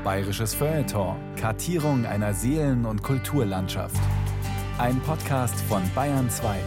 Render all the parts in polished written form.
Bayerisches Feuilleton. Kartierung einer Seelen- und Kulturlandschaft. Ein Podcast von Bayern 2.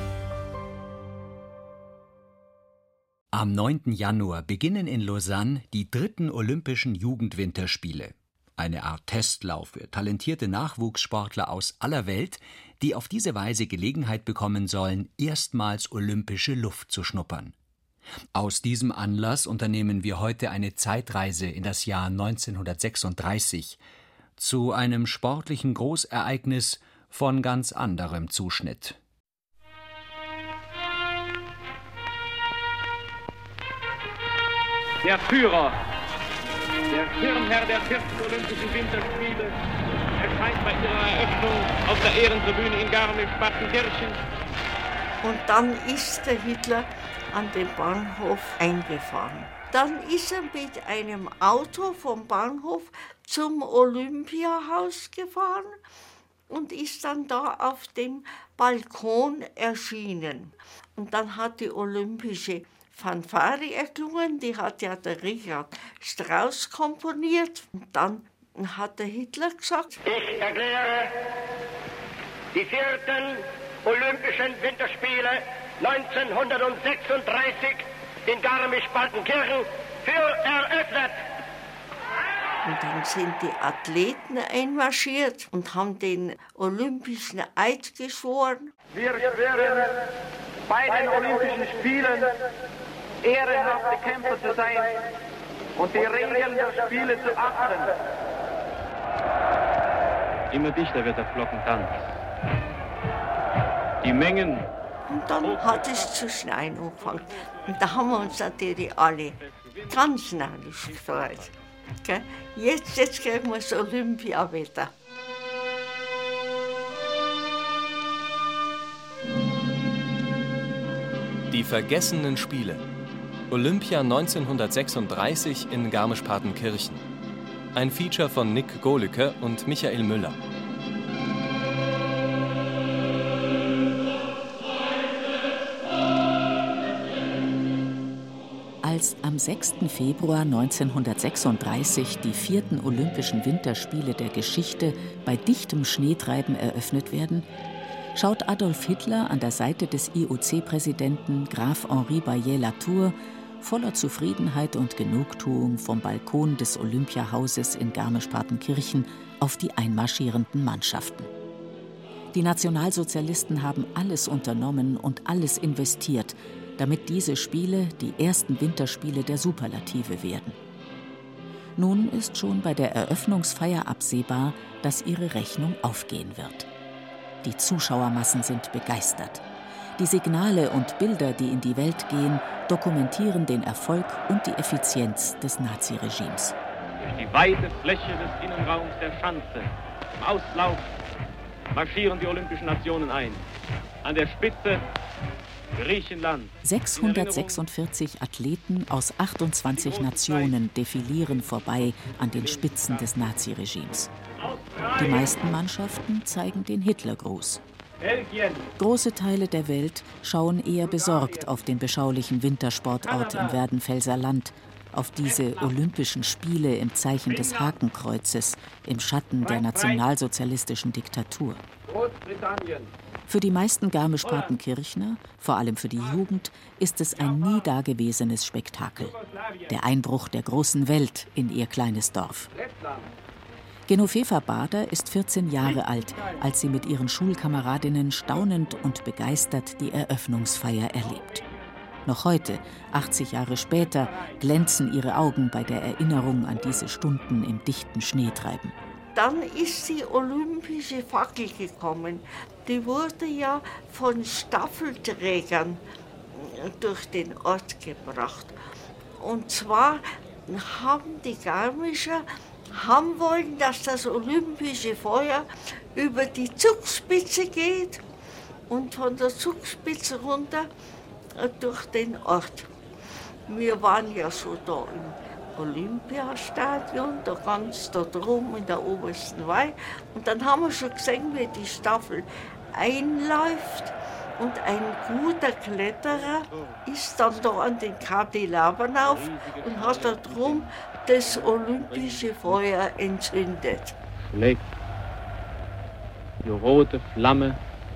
Am 9. Januar beginnen in Lausanne die 3. Olympischen Jugendwinterspiele. Eine Art Testlauf für talentierte Nachwuchssportler aus aller Welt, die auf diese Weise Gelegenheit bekommen sollen, erstmals olympische Luft zu schnuppern. Aus diesem Anlass unternehmen wir heute eine Zeitreise in das Jahr 1936 zu einem sportlichen Großereignis von ganz anderem Zuschnitt. Der Führer, der Schirmherr der 4. Olympischen Winterspiele, erscheint bei ihrer Eröffnung auf der Ehrentribüne in Garmisch-Partenkirchen. Und dann ist der Hitler an den Bahnhof eingefahren. Dann ist er mit einem Auto vom Bahnhof zum Olympiahaus gefahren und ist dann da auf dem Balkon erschienen. Und dann hat die olympische Fanfare erklungen, die hat ja der Richard Strauss komponiert. Und dann hat der Hitler gesagt: Ich erkläre die 4. Olympischen Winterspiele 1936 in Garmisch-Partenkirchen für eröffnet. Und dann sind die Athleten einmarschiert und haben den Olympischen Eid geschworen. Wir schwören, bei den Olympischen Spielen ehrenhafte Kämpfer zu sein und die Regeln der Spiele zu achten. Immer dichter wird der Glockentanz. Die Mengen. Und dann hat es zu schneien angefangen. Und da haben wir uns natürlich alle ganz narrisch gefreut. Okay? Jetzt kriegen wir das Olympiawetter. Die vergessenen Spiele. Olympia 1936 in Garmisch-Partenkirchen. Ein Feature von Nick Golecke und Michael Müller. Als am 6. Februar 1936 die 4. Olympischen Winterspiele der Geschichte bei dichtem Schneetreiben eröffnet werden, schaut Adolf Hitler an der Seite des IOC-Präsidenten Graf Henri Baillet-Latour voller Zufriedenheit und Genugtuung vom Balkon des Olympiahauses in Garmisch-Partenkirchen auf die einmarschierenden Mannschaften. Die Nationalsozialisten haben alles unternommen und alles investiert, damit diese Spiele die ersten Winterspiele der Superlative werden. Nun ist schon bei der Eröffnungsfeier absehbar, dass ihre Rechnung aufgehen wird. Die Zuschauermassen sind begeistert. Die Signale und Bilder, die in die Welt gehen, dokumentieren den Erfolg und die Effizienz des Naziregimes. Durch die weite Fläche des Innenraums der Schanze, im Auslauf, marschieren die Olympischen Nationen ein. An der Spitze Griechenland. 646 Athleten aus 28 Nationen defilieren vorbei an den Spitzen des Naziregimes. Die meisten Mannschaften zeigen den Hitlergruß. Große Teile der Welt schauen eher besorgt auf den beschaulichen Wintersportort im Werdenfelser Land, auf diese Olympischen Spiele im Zeichen des Hakenkreuzes, im Schatten der nationalsozialistischen Diktatur. Für die meisten Garmisch-Partenkirchner, vor allem für die Jugend, ist es ein nie dagewesenes Spektakel. Der Einbruch der großen Welt in ihr kleines Dorf. Genoveva Bader ist 14 Jahre alt, als sie mit ihren Schulkameradinnen staunend und begeistert die Eröffnungsfeier erlebt. Noch heute, 80 Jahre später, glänzen ihre Augen bei der Erinnerung an diese Stunden im dichten Schneetreiben. Dann ist die olympische Fackel gekommen. Die wurde ja von Staffelträgern durch den Ort gebracht. Und zwar haben die Garmischer wollen, dass das olympische Feuer über die Zugspitze geht und von der Zugspitze runter durch den Ort. Wir waren ja so da im Olympiastadion, da ganz da drum in der obersten Weih. Und dann haben wir schon gesehen, wie die Staffel einläuft. Und ein guter Kletterer ist dann da an den Kabelabern auf und hat da drum das olympische Feuer entzündet. Schlägt die rote Flamme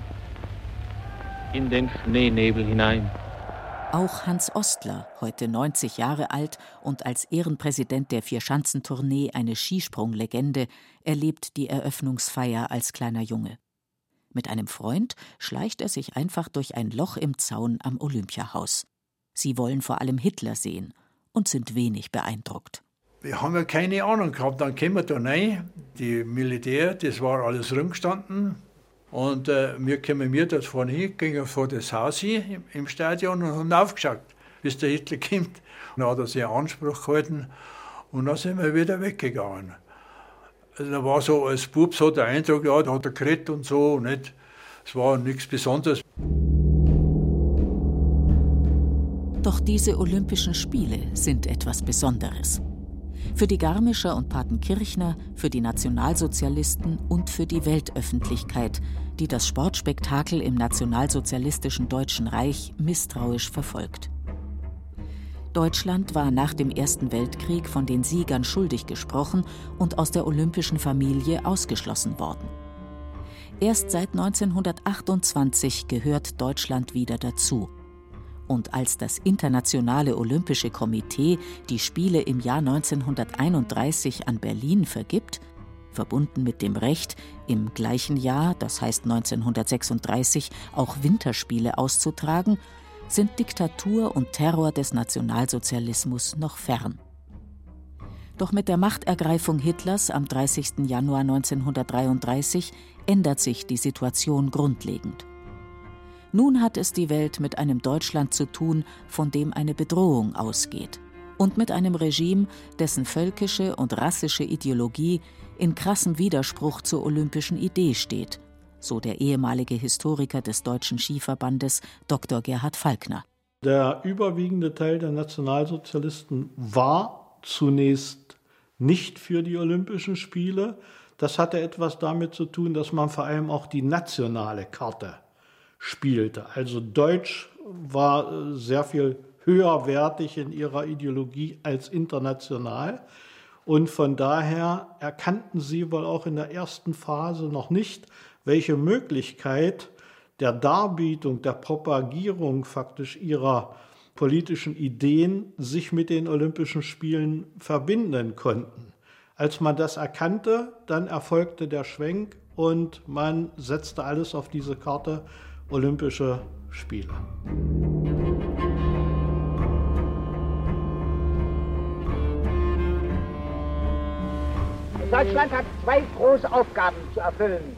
in den Schneenebel hinein. Auch Hans Ostler, heute 90 Jahre alt und als Ehrenpräsident der Vierschanzentournee eine Skisprunglegende, erlebt die Eröffnungsfeier als kleiner Junge. Mit einem Freund schleicht er sich einfach durch ein Loch im Zaun am Olympiahaus. Sie wollen vor allem Hitler sehen und sind wenig beeindruckt. Wir haben ja keine Ahnung gehabt, dann kommen wir da rein, die Militär, das war alles rumgestanden. Und wir kommen dort vorne hin, gingen vor das Haus hin im Stadion und haben aufgeschaut, bis der Hitler kommt. Und dann hat er sich einen Anspruch gehalten und dann sind wir wieder weggegangen. Also da war so als Bub so der Eindruck, ja, da hat er geredet und so, nicht? Es war nichts Besonderes. Doch diese Olympischen Spiele sind etwas Besonderes. Für die Garmischer und Partenkirchner, für die Nationalsozialisten und für die Weltöffentlichkeit, die das Sportspektakel im nationalsozialistischen Deutschen Reich misstrauisch verfolgt. Deutschland war nach dem Ersten Weltkrieg von den Siegern schuldig gesprochen und aus der olympischen Familie ausgeschlossen worden. Erst seit 1928 gehört Deutschland wieder dazu. Und als das Internationale Olympische Komitee die Spiele im Jahr 1931 an Berlin vergibt, verbunden mit dem Recht, im gleichen Jahr, das heißt 1936, auch Winterspiele auszutragen, sind Diktatur und Terror des Nationalsozialismus noch fern. Doch mit der Machtergreifung Hitlers am 30. Januar 1933 ändert sich die Situation grundlegend. Nun hat es die Welt mit einem Deutschland zu tun, von dem eine Bedrohung ausgeht. Und mit einem Regime, dessen völkische und rassische Ideologie in krassem Widerspruch zur olympischen Idee steht, so der ehemalige Historiker des Deutschen Skiverbandes Dr. Gerhard Falkner. Der überwiegende Teil der Nationalsozialisten war zunächst nicht für die Olympischen Spiele. Das hatte etwas damit zu tun, dass man vor allem auch die nationale Karte spielte. Also Deutsch war sehr viel höherwertig in ihrer Ideologie als international. Und von daher erkannten sie wohl auch in der ersten Phase noch nicht, welche Möglichkeit der Darbietung, der Propagierung faktisch ihrer politischen Ideen sich mit den Olympischen Spielen verbinden konnten. Als man das erkannte, dann erfolgte der Schwenk und man setzte alles auf diese Karte Olympische Spiele. Deutschland hat zwei große Aufgaben zu erfüllen.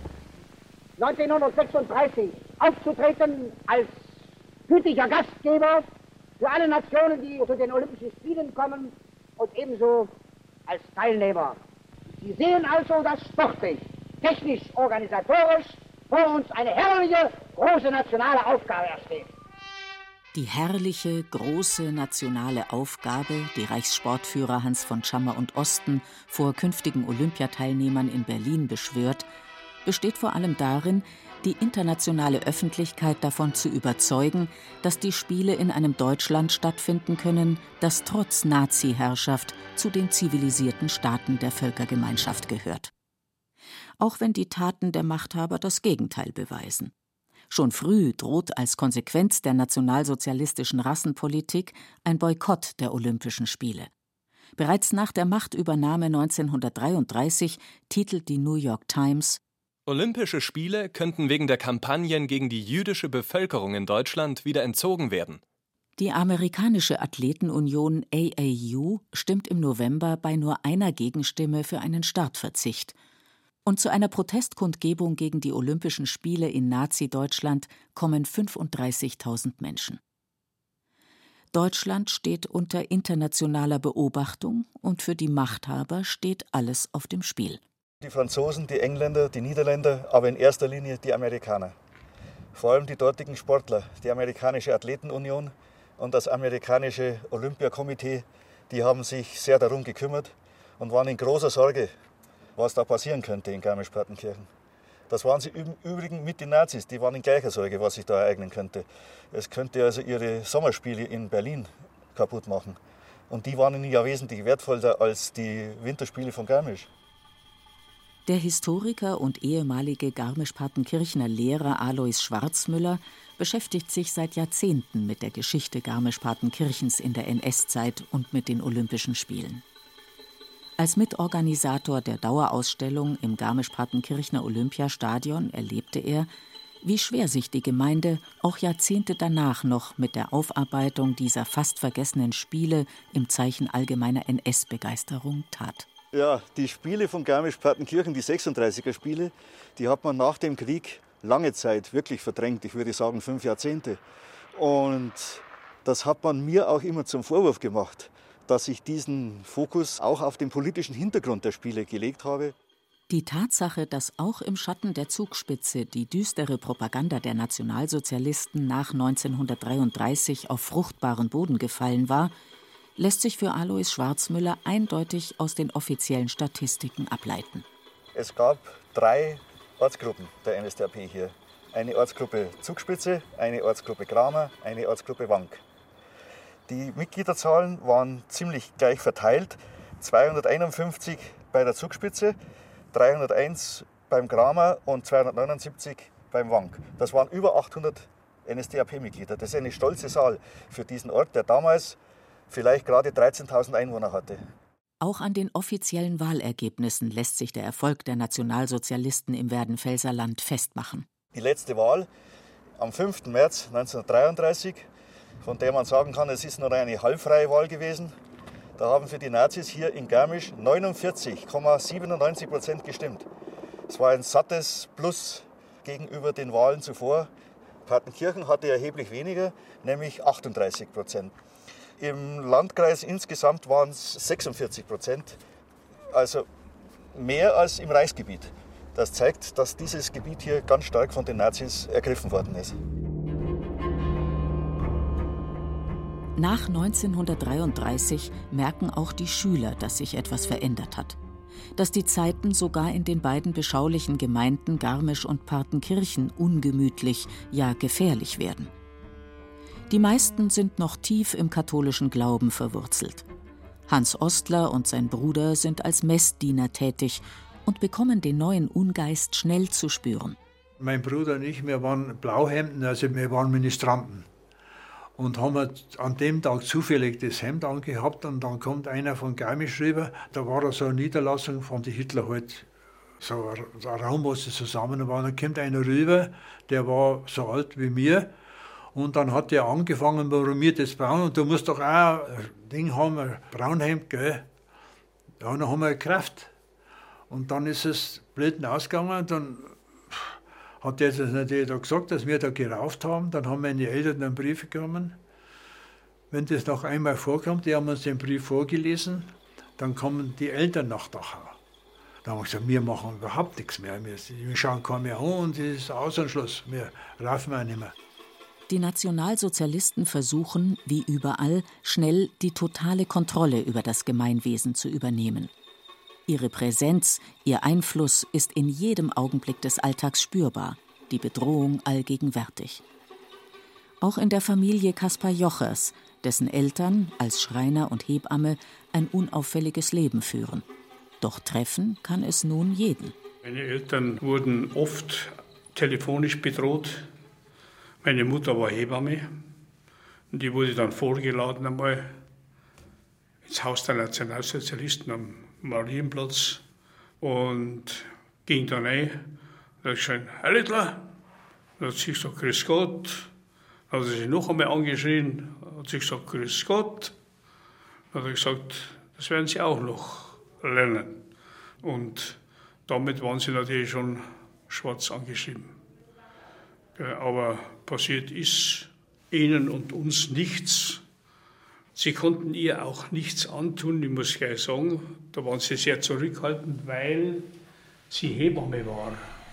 1936 aufzutreten als gütiger Gastgeber für alle Nationen, die zu den Olympischen Spielen kommen, und ebenso als Teilnehmer. Sie sehen also, dass sportlich, technisch, organisatorisch vor uns eine herrliche, große nationale Aufgabe ersteht. Die herrliche, große nationale Aufgabe, die Reichssportführer Hans von Schammer und Osten vor künftigen Olympiateilnehmern in Berlin beschwört, besteht vor allem darin, die internationale Öffentlichkeit davon zu überzeugen, dass die Spiele in einem Deutschland stattfinden können, das trotz Nazi-Herrschaft zu den zivilisierten Staaten der Völkergemeinschaft gehört. Auch wenn die Taten der Machthaber das Gegenteil beweisen. Schon früh droht als Konsequenz der nationalsozialistischen Rassenpolitik ein Boykott der Olympischen Spiele. Bereits nach der Machtübernahme 1933 titelt die New York Times: Olympische Spiele könnten wegen der Kampagnen gegen die jüdische Bevölkerung in Deutschland wieder entzogen werden. Die amerikanische Athletenunion AAU stimmt im November bei nur einer Gegenstimme für einen Startverzicht. Und zu einer Protestkundgebung gegen die Olympischen Spiele in Nazi-Deutschland kommen 35.000 Menschen. Deutschland steht unter internationaler Beobachtung und für die Machthaber steht alles auf dem Spiel. Die Franzosen, die Engländer, die Niederländer, aber in erster Linie die Amerikaner. Vor allem die dortigen Sportler, die amerikanische Athletenunion und das amerikanische Olympiakomitee, die haben sich sehr darum gekümmert und waren in großer Sorge, was da passieren könnte in Garmisch-Partenkirchen. Das waren sie im Übrigen mit den Nazis, die waren in gleicher Sorge, was sich da ereignen könnte. Es könnte also ihre Sommerspiele in Berlin kaputt machen. Und die waren ihnen ja wesentlich wertvoller als die Winterspiele von Garmisch. Der Historiker und ehemalige Garmisch-Partenkirchener Lehrer Alois Schwarzmüller beschäftigt sich seit Jahrzehnten mit der Geschichte Garmisch-Partenkirchens in der NS-Zeit und mit den Olympischen Spielen. Als Mitorganisator der Dauerausstellung im Garmisch-Partenkirchener Olympiastadion erlebte er, wie schwer sich die Gemeinde auch Jahrzehnte danach noch mit der Aufarbeitung dieser fast vergessenen Spiele im Zeichen allgemeiner NS-Begeisterung tat. Ja, die Spiele von Garmisch-Partenkirchen, die 36er-Spiele, die hat man nach dem Krieg lange Zeit wirklich verdrängt. Ich würde sagen 5 Jahrzehnte. Und das hat man mir auch immer zum Vorwurf gemacht, dass ich diesen Fokus auch auf den politischen Hintergrund der Spiele gelegt habe. Die Tatsache, dass auch im Schatten der Zugspitze die düstere Propaganda der Nationalsozialisten nach 1933 auf fruchtbaren Boden gefallen war, lässt sich für Alois Schwarzmüller eindeutig aus den offiziellen Statistiken ableiten. Es gab 3 Ortsgruppen der NSDAP hier. Eine Ortsgruppe Zugspitze, eine Ortsgruppe Kramer, eine Ortsgruppe Wank. Die Mitgliederzahlen waren ziemlich gleich verteilt. 251 bei der Zugspitze, 301 beim Kramer und 279 beim Wank. Das waren über 800 NSDAP-Mitglieder. Das ist eine stolze Zahl für diesen Ort, der damals vielleicht gerade 13.000 Einwohner hatte. Auch an den offiziellen Wahlergebnissen lässt sich der Erfolg der Nationalsozialisten im Werdenfelser Land festmachen. Die letzte Wahl am 5. März 1933, von der man sagen kann, es ist nur eine halbfreie Wahl gewesen. Da haben für die Nazis hier in Garmisch 49,97% gestimmt. Es war ein sattes Plus gegenüber den Wahlen zuvor. Partenkirchen hatte erheblich weniger, nämlich 38%. Im Landkreis insgesamt waren es 46%, also mehr als im Reichsgebiet. Das zeigt, dass dieses Gebiet hier ganz stark von den Nazis ergriffen worden ist. Nach 1933 merken auch die Schüler, dass sich etwas verändert hat. Dass die Zeiten sogar in den beiden beschaulichen Gemeinden Garmisch und Partenkirchen ungemütlich, ja gefährlich werden. Die meisten sind noch tief im katholischen Glauben verwurzelt. Hans Ostler und sein Bruder sind als Messdiener tätig und bekommen den neuen Ungeist schnell zu spüren. Mein Bruder und ich, wir waren Blauhemden, also wir waren Ministranten. Und haben an dem Tag zufällig das Hemd angehabt und dann kommt einer von Garmisch rüber. Da war da so eine Niederlassung von den Hitler halt, so ein Raum, wo sie zusammen waren. Dann kommt einer rüber, der war so alt wie mir. Und dann hat der angefangen, warum wir das brauchen. Und du musst doch auch ein Ding haben, ein Braunhemd, gell? Ja, dann haben wir Kraft. Und dann ist es blöd ausgegangen. Dann hat der das natürlich da gesagt, dass wir da gerauft haben. Dann haben meine Eltern einen Brief bekommen. Wenn das noch einmal vorkommt, die haben uns den Brief vorgelesen, dann kommen die Eltern nach Dachau. Dann haben wir gesagt, wir machen überhaupt nichts mehr. Wir schauen kaum mehr an und es ist Aus und Schluss. Wir raufen auch nicht mehr. Die Nationalsozialisten versuchen, wie überall, schnell die totale Kontrolle über das Gemeinwesen zu übernehmen. Ihre Präsenz, ihr Einfluss ist in jedem Augenblick des Alltags spürbar, die Bedrohung allgegenwärtig. Auch in der Familie Kaspar Jochers, dessen Eltern als Schreiner und Hebamme ein unauffälliges Leben führen. Doch treffen kann es nun jeden. Meine Eltern wurden oft telefonisch bedroht. Meine Mutter war Hebamme und die wurde dann vorgeladen einmal ins Haus der Nationalsozialisten am Marienplatz und ging dann rein. Da hat sie gesagt, Herr Littler. Dann hat sie gesagt, grüß Gott. Dann hat sie sich noch einmal angeschrien, hat sie gesagt, grüß Gott. Dann hat er gesagt, das werden Sie auch noch lernen. Und damit waren sie natürlich schon schwarz angeschrieben. Aber passiert ist ihnen und uns nichts. Sie konnten ihr auch nichts antun, ich muss gleich sagen. Da waren sie sehr zurückhaltend, weil sie Hebamme war.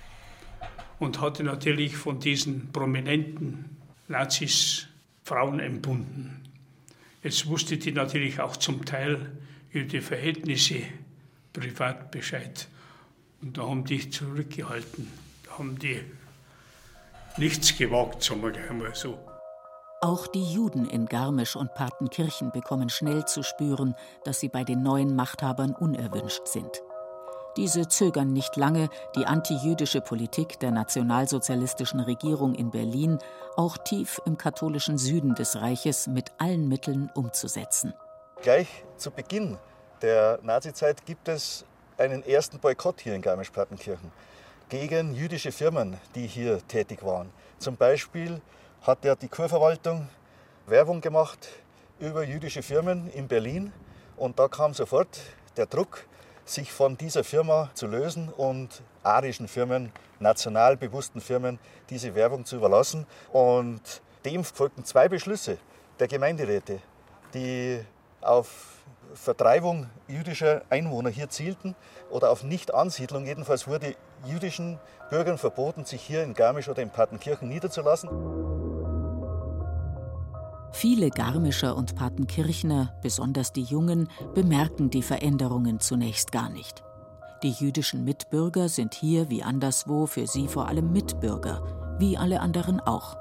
Und hatte natürlich von diesen prominenten Nazis Frauen entbunden. Jetzt wusste die natürlich auch zum Teil über die Verhältnisse privat Bescheid. Und da haben die zurückgehalten. Da haben die nichts gewagt, sagen wir gleich mal so. Auch die Juden in Garmisch und Partenkirchen bekommen schnell zu spüren, dass sie bei den neuen Machthabern unerwünscht sind. Diese zögern nicht lange, die antijüdische Politik der nationalsozialistischen Regierung in Berlin auch tief im katholischen Süden des Reiches mit allen Mitteln umzusetzen. Gleich zu Beginn der Nazizeit gibt es einen ersten Boykott hier in Garmisch-Partenkirchen gegen jüdische Firmen, die hier tätig waren. Zum Beispiel hat ja die Kurverwaltung Werbung gemacht über jüdische Firmen in Berlin und da kam sofort der Druck, sich von dieser Firma zu lösen und arischen Firmen, national bewussten Firmen, diese Werbung zu überlassen. Und dem folgten 2 Beschlüsse der Gemeinderäte, die auf Vertreibung jüdischer Einwohner hier zielten oder auf Nichtansiedlung. Jedenfalls wurde jüdischen Bürgern verboten, sich hier in Garmisch oder in Partenkirchen niederzulassen. Viele Garmischer und Partenkirchner, besonders die Jungen, bemerken die Veränderungen zunächst gar nicht. Die jüdischen Mitbürger sind hier wie anderswo für sie vor allem Mitbürger, wie alle anderen auch.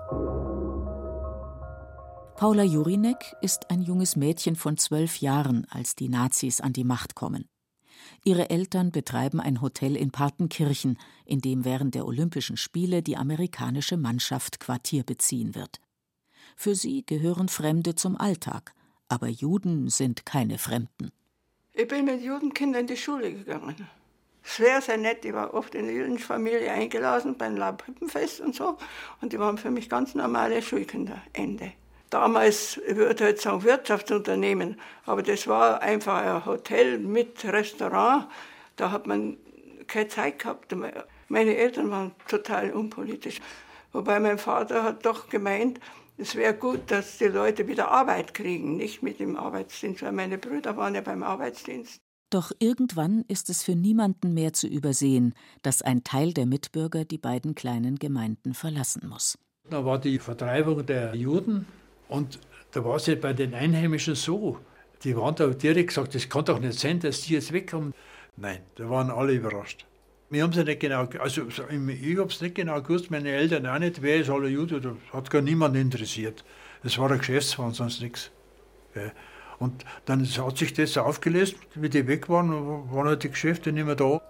Paula Jurinek ist ein junges Mädchen von 12 Jahren, als die Nazis an die Macht kommen. Ihre Eltern betreiben ein Hotel in Partenkirchen, in dem während der Olympischen Spiele die amerikanische Mannschaft Quartier beziehen wird. Für sie gehören Fremde zum Alltag, aber Juden sind keine Fremden. Ich bin mit Judenkindern in die Schule gegangen. Sehr, sehr nett. Ich war oft in der jüdischen Familie eingeladen beim Laubhüppenfest und so. Und die waren für mich ganz normale Schulkinder. Ende. Damals, ich würde heute sagen, Wirtschaftsunternehmen, aber das war einfach ein Hotel mit Restaurant. Da hat man keine Zeit gehabt. Meine Eltern waren total unpolitisch. Wobei mein Vater hat doch gemeint, es wäre gut, dass die Leute wieder Arbeit kriegen, nicht mit dem Arbeitsdienst, weil meine Brüder waren ja beim Arbeitsdienst. Doch irgendwann ist es für niemanden mehr zu übersehen, dass ein Teil der Mitbürger die beiden kleinen Gemeinden verlassen muss. Da war die Vertreibung der Juden und da war es ja bei den Einheimischen so. Die waren da direkt gesagt, das kann doch nicht sein, dass die jetzt wegkommen. Nein, da waren alle überrascht. Wir haben es ja nicht genau, also ich habe es nicht genau gewusst, meine Eltern auch nicht, wer ist aller Jude, das hat gar niemand interessiert. Das war ein Geschäftsmann, sonst nichts. Ja. Und dann hat sich das aufgelöst, wie die weg waren, waren halt die Geschäfte nicht mehr da.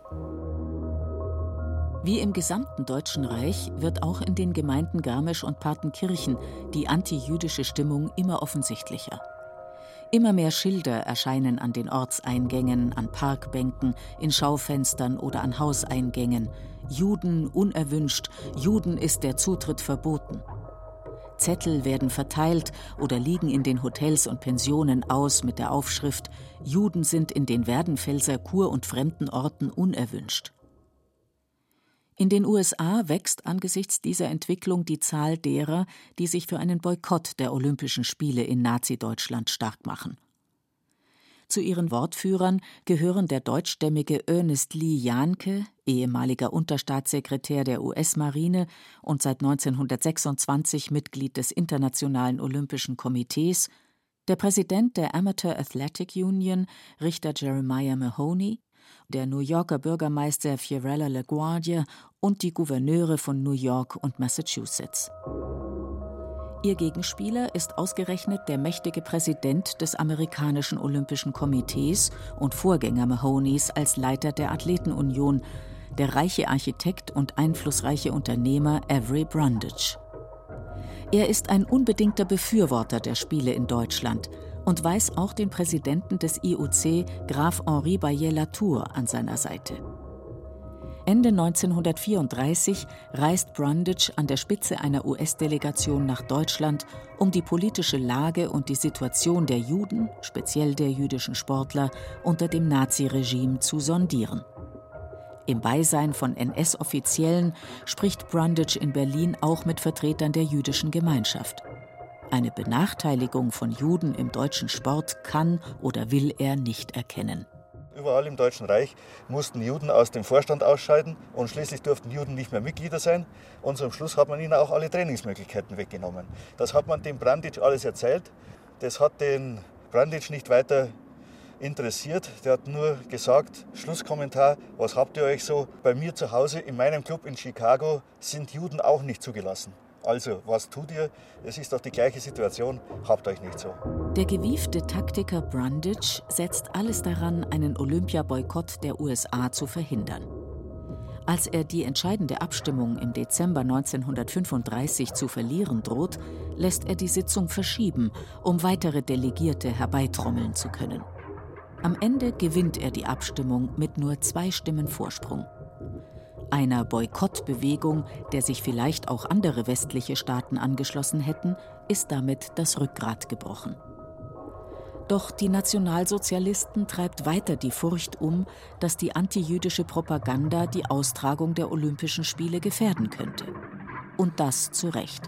Wie im gesamten Deutschen Reich wird auch in den Gemeinden Garmisch und Partenkirchen die antijüdische Stimmung immer offensichtlicher. Immer mehr Schilder erscheinen an den Ortseingängen, an Parkbänken, in Schaufenstern oder an Hauseingängen. Juden unerwünscht, Juden ist der Zutritt verboten. Zettel werden verteilt oder liegen in den Hotels und Pensionen aus mit der Aufschrift: Juden sind in den Werdenfelser Kur- und Fremdenorten unerwünscht. In den USA wächst angesichts dieser Entwicklung die Zahl derer, die sich für einen Boykott der Olympischen Spiele in Nazi-Deutschland stark machen. Zu ihren Wortführern gehören der deutschstämmige Ernest Lee Jahnke, ehemaliger Unterstaatssekretär der US-Marine und seit 1926 Mitglied des Internationalen Olympischen Komitees, der Präsident der Amateur Athletic Union, Richter Jeremiah Mahoney, der New Yorker Bürgermeister Fiorella LaGuardia und die Gouverneure von New York und Massachusetts. Ihr Gegenspieler ist ausgerechnet der mächtige Präsident des amerikanischen Olympischen Komitees und Vorgänger Mahoneys als Leiter der Athletenunion, der reiche Architekt und einflussreiche Unternehmer Avery Brundage. Er ist ein unbedingter Befürworter der Spiele in Deutschland und weiß auch den Präsidenten des IOC, Graf Henri Baillet-Latour, an seiner Seite. Ende 1934 reist Brundage an der Spitze einer US-Delegation nach Deutschland, um die politische Lage und die Situation der Juden, speziell der jüdischen Sportler, unter dem Naziregime zu sondieren. Im Beisein von NS-Offiziellen spricht Brundage in Berlin auch mit Vertretern der jüdischen Gemeinschaft. Eine Benachteiligung von Juden im deutschen Sport kann oder will er nicht erkennen. Überall im Deutschen Reich mussten Juden aus dem Vorstand ausscheiden und schließlich durften Juden nicht mehr Mitglieder sein. Und zum Schluss hat man ihnen auch alle Trainingsmöglichkeiten weggenommen. Das hat man dem Brundage alles erzählt. Das hat den Brundage nicht weiter interessiert. Der hat nur gesagt, Schlusskommentar, was habt ihr euch so? Bei mir zu Hause in meinem Club in Chicago sind Juden auch nicht zugelassen. Also, was tut ihr? Es ist doch die gleiche Situation, habt euch nicht so. Der gewiefte Taktiker Brundage setzt alles daran, einen Olympiaboykott der USA zu verhindern. Als er die entscheidende Abstimmung im Dezember 1935 zu verlieren droht, lässt er die Sitzung verschieben, um weitere Delegierte herbeitrommeln zu können. Am Ende gewinnt er die Abstimmung mit nur 2 Stimmen Vorsprung. Einer Boykottbewegung, der sich vielleicht auch andere westliche Staaten angeschlossen hätten, ist damit das Rückgrat gebrochen. Doch die Nationalsozialisten treibt weiter die Furcht um, dass die antijüdische Propaganda die Austragung der Olympischen Spiele gefährden könnte. Und das zu Recht.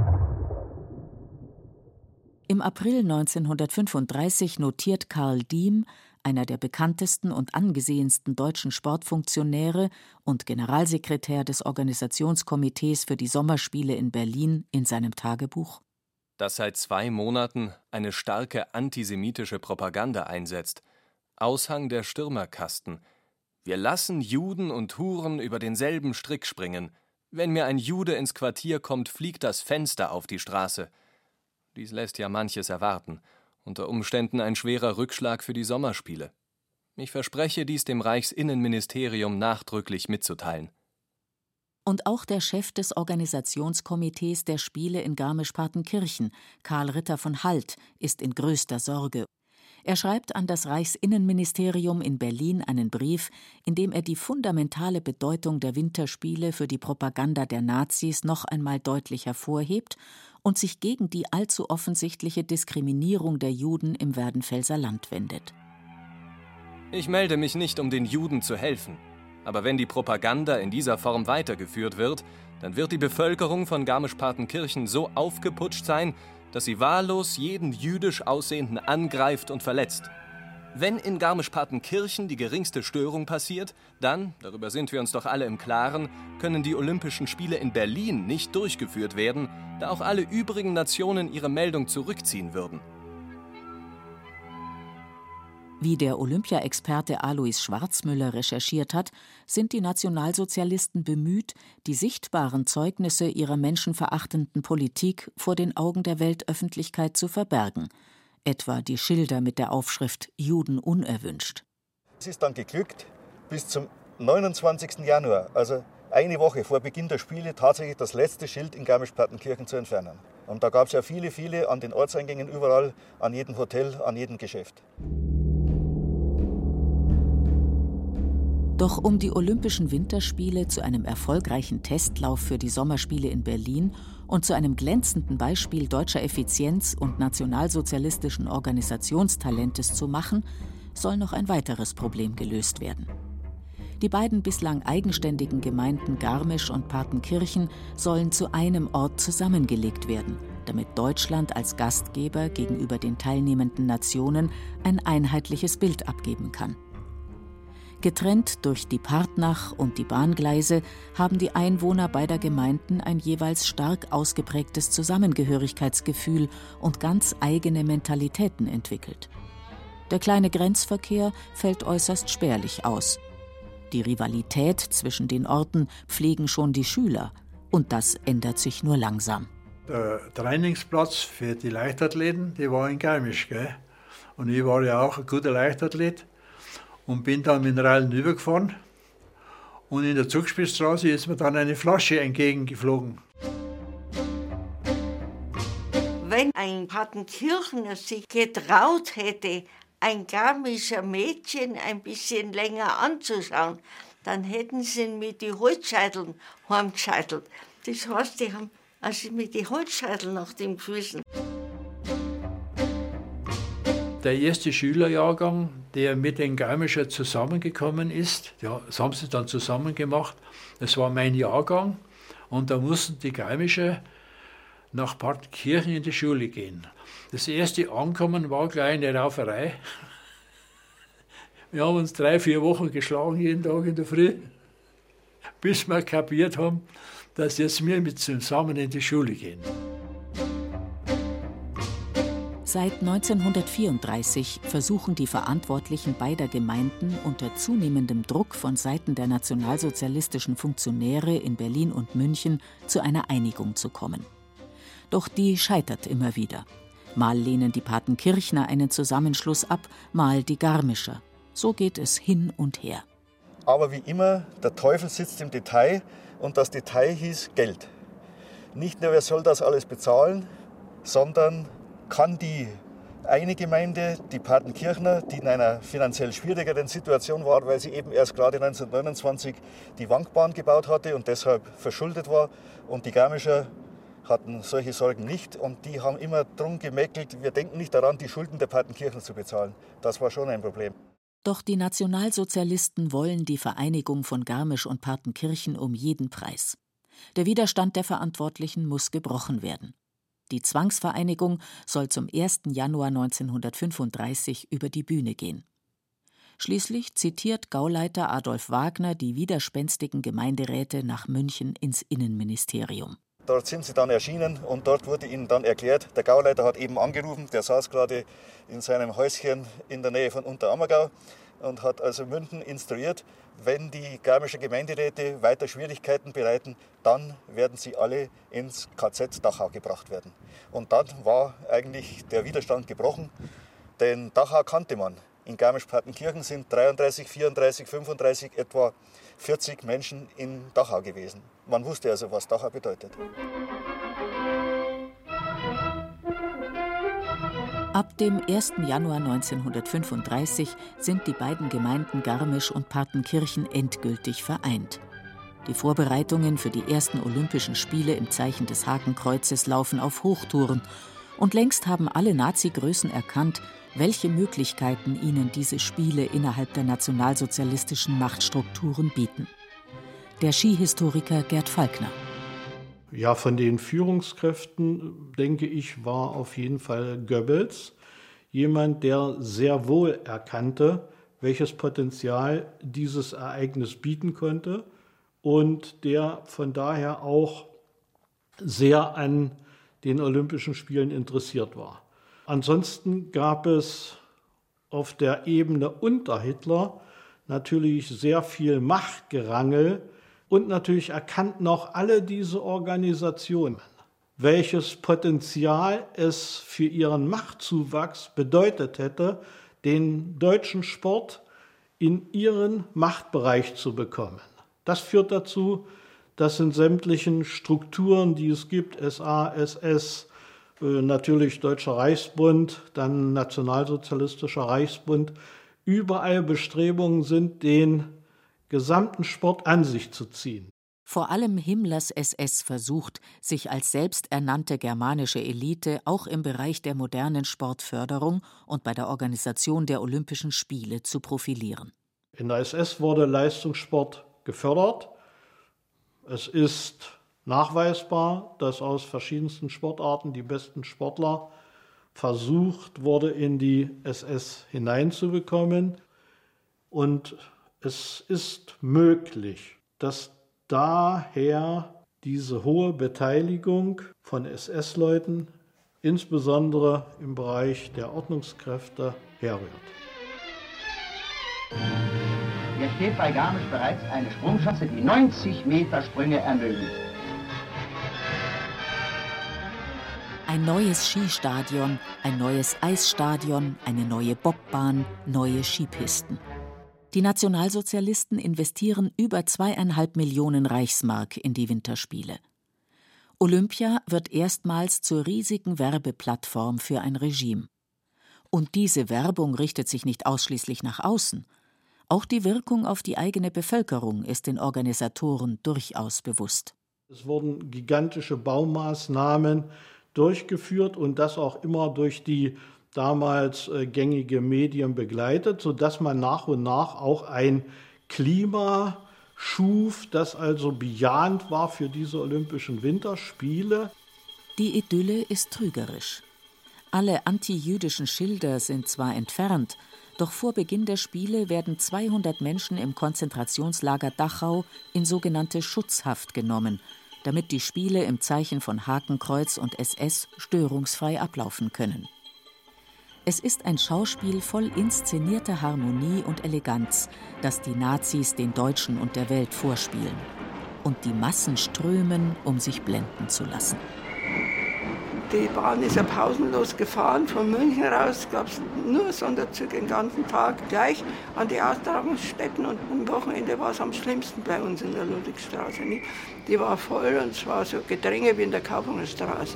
Im April 1935 notiert Karl Diem, einer der bekanntesten und angesehensten deutschen Sportfunktionäre und Generalsekretär des Organisationskomitees für die Sommerspiele in Berlin, in seinem Tagebuch: Dass seit 2 Monaten eine starke antisemitische Propaganda einsetzt. Aushang der Stürmerkasten. Wir lassen Juden und Huren über denselben Strick springen. Wenn mir ein Jude ins Quartier kommt, fliegt das Fenster auf die Straße. Dies lässt ja manches erwarten. Unter Umständen ein schwerer Rückschlag für die Sommerspiele. Ich verspreche, dies dem Reichsinnenministerium nachdrücklich mitzuteilen. Und auch der Chef des Organisationskomitees der Spiele in Garmisch-Partenkirchen, Karl Ritter von Hald, ist in größter Sorge. Er schreibt an das Reichsinnenministerium in Berlin einen Brief, in dem er die fundamentale Bedeutung der Winterspiele für die Propaganda der Nazis noch einmal deutlich hervorhebt und sich gegen die allzu offensichtliche Diskriminierung der Juden im Werdenfelser Land wendet. Ich melde mich nicht, um den Juden zu helfen. Aber wenn die Propaganda in dieser Form weitergeführt wird, dann wird die Bevölkerung von Garmisch-Partenkirchen so aufgeputscht sein, dass sie wahllos jeden jüdisch Aussehenden angreift und verletzt. Wenn in Garmisch-Partenkirchen die geringste Störung passiert, dann, darüber sind wir uns doch alle im Klaren, können die Olympischen Spiele in Berlin nicht durchgeführt werden, da auch alle übrigen Nationen ihre Meldung zurückziehen würden. Wie der Olympia-Experte Alois Schwarzmüller recherchiert hat, sind die Nationalsozialisten bemüht, die sichtbaren Zeugnisse ihrer menschenverachtenden Politik vor den Augen der Weltöffentlichkeit zu verbergen, etwa die Schilder mit der Aufschrift »Juden unerwünscht«. Es ist dann geglückt, bis zum 29. Januar, also eine Woche vor Beginn der Spiele, tatsächlich das letzte Schild in Garmisch-Partenkirchen zu entfernen. Und da gab es ja viele an den Ortseingängen überall, an jedem Hotel, an jedem Geschäft. Doch um die Olympischen Winterspiele zu einem erfolgreichen Testlauf für die Sommerspiele in Berlin und zu einem glänzenden Beispiel deutscher Effizienz und nationalsozialistischen Organisationstalentes zu machen, soll noch ein weiteres Problem gelöst werden. Die beiden bislang eigenständigen Gemeinden Garmisch und Partenkirchen sollen zu einem Ort zusammengelegt werden, damit Deutschland als Gastgeber gegenüber den teilnehmenden Nationen ein einheitliches Bild abgeben kann. Getrennt durch die Partnach und die Bahngleise haben die Einwohner beider Gemeinden ein jeweils stark ausgeprägtes Zusammengehörigkeitsgefühl und ganz eigene Mentalitäten entwickelt. Der kleine Grenzverkehr fällt äußerst spärlich aus. Die Rivalität zwischen den Orten pflegen schon die Schüler, und das ändert sich nur langsam. Der Trainingsplatz für die Leichtathleten, die war in Garmisch, gell? Und ich war ja auch ein guter Leichtathlet. Und bin dann mit dem Rallen rübergefahren. Und in der Zugspielstraße ist mir dann eine Flasche entgegengeflogen. Wenn ein Partenkirchener sich getraut hätte, ein Garmischer Mädchen ein bisschen länger anzuschauen, dann hätten sie ihn mit den Holzscheiteln heimgescheitelt. Das heißt, die haben also mit den Holzscheiteln nach dem Gewissen. Der erste Schülerjahrgang, der mit den Garmischer zusammengekommen ist, ja, das haben sie dann zusammen gemacht, das war mein Jahrgang, und da mussten die Garmischer nach Partenkirchen in die Schule gehen. Das erste Ankommen war gleich eine Rauferei. Wir haben uns 3-4 Wochen geschlagen, jeden Tag in der Früh, bis wir kapiert haben, dass jetzt wir mit zusammen in die Schule gehen. Seit 1934 versuchen die Verantwortlichen beider Gemeinden unter zunehmendem Druck von Seiten der nationalsozialistischen Funktionäre in Berlin und München zu einer Einigung zu kommen. Doch die scheitert immer wieder. Mal lehnen die Patenkirchner einen Zusammenschluss ab, mal die Garmischer. So geht es hin und her. Aber wie immer, der Teufel sitzt im Detail und das Detail hieß Geld. Nicht nur, wer soll das alles bezahlen, sondern kann die eine Gemeinde, die Patenkirchner, die in einer finanziell schwierigeren Situation war, weil sie eben erst gerade 1929 die Wankbahn gebaut hatte und deshalb verschuldet war, und die Garmischer hatten solche Sorgen nicht und die haben immer drum gemäkelt, wir denken nicht daran, die Schulden der Patenkirchner zu bezahlen. Das war schon ein Problem. Doch die Nationalsozialisten wollen die Vereinigung von Garmisch und Partenkirchen um jeden Preis. Der Widerstand der Verantwortlichen muss gebrochen werden. Die Zwangsvereinigung soll zum 1. Januar 1935 über die Bühne gehen. Schließlich zitiert Gauleiter Adolf Wagner die widerspenstigen Gemeinderäte nach München ins Innenministerium. Dort sind sie dann erschienen und dort wurde ihnen dann erklärt, der Gauleiter hat eben angerufen, der saß gerade in seinem Häuschen in der Nähe von Unterammergau und hat also München instruiert, wenn die garmische Gemeinderäte weiter Schwierigkeiten bereiten, dann werden sie alle ins KZ Dachau gebracht werden. Und dann war eigentlich der Widerstand gebrochen, denn Dachau kannte man. In Garmisch-Partenkirchen sind 33, 34, 35 etwa 40 Menschen in Dachau gewesen. Man wusste also, was Dachau bedeutet. Ab dem 1. Januar 1935 sind die beiden Gemeinden Garmisch und Partenkirchen endgültig vereint. Die Vorbereitungen für die ersten Olympischen Spiele im Zeichen des Hakenkreuzes laufen auf Hochtouren. Und längst haben alle Nazi-Größen erkannt, welche Möglichkeiten ihnen diese Spiele innerhalb der nationalsozialistischen Machtstrukturen bieten. Der Skihistoriker Gerd Falkner. Ja, von den Führungskräften, denke ich, war auf jeden Fall Goebbels jemand, der sehr wohl erkannte, welches Potenzial dieses Ereignis bieten konnte und der von daher auch sehr an den Olympischen Spielen interessiert war. Ansonsten gab es auf der Ebene unter Hitler natürlich sehr viel Machtgerangel und natürlich erkannten auch alle diese Organisationen, welches Potenzial es für ihren Machtzuwachs bedeutet hätte, den deutschen Sport in ihren Machtbereich zu bekommen. Das führt dazu, dass in sämtlichen Strukturen, die es gibt, SA, SS, natürlich Deutscher Reichsbund, dann Nationalsozialistischer Reichsbund, überall Bestrebungen sind, den gesamten Sport an sich zu ziehen. Vor allem Himmlers SS versucht, sich als selbsternannte germanische Elite auch im Bereich der modernen Sportförderung und bei der Organisation der Olympischen Spiele zu profilieren. In der SS wurde Leistungssport gefördert. Es ist nachweisbar, dass aus verschiedensten Sportarten die besten Sportler versucht wurde, in die SS hineinzubekommen. Und es ist möglich, dass daher diese hohe Beteiligung von SS-Leuten, insbesondere im Bereich der Ordnungskräfte, herrührt. Hier steht bei Garmisch bereits eine Sprungschanze, die 90 Meter Sprünge ermöglicht. Ein neues Skistadion, ein neues Eisstadion, eine neue Bobbahn, neue Skipisten. Die Nationalsozialisten investieren über 2,5 Millionen Reichsmark in die Winterspiele. Olympia wird erstmals zur riesigen Werbeplattform für ein Regime. Und diese Werbung richtet sich nicht ausschließlich nach außen. Auch die Wirkung auf die eigene Bevölkerung ist den Organisatoren durchaus bewusst. Es wurden gigantische Baumaßnahmen durchgeführt und das auch immer durch die damals gängige Medien begleitet, sodass man nach und nach auch ein Klima schuf, das also bejahend war für diese Olympischen Winterspiele. Die Idylle ist trügerisch. Alle antijüdischen Schilder sind zwar entfernt, doch vor Beginn der Spiele werden 200 Menschen im Konzentrationslager Dachau in sogenannte Schutzhaft genommen, damit die Spiele im Zeichen von Hakenkreuz und SS störungsfrei ablaufen können. Es ist ein Schauspiel voll inszenierter Harmonie und Eleganz, das die Nazis den Deutschen und der Welt vorspielen. Und die Massen strömen, um sich blenden zu lassen. Die Bahn ist ja pausenlos gefahren. Von München raus gab es nur Sonderzüge den ganzen Tag gleich an die Austragungsstätten. Und am Wochenende war es am schlimmsten bei uns in der Ludwigstraße. Nicht? Die war voll und es war so Gedränge wie in der Kaufmannstraße.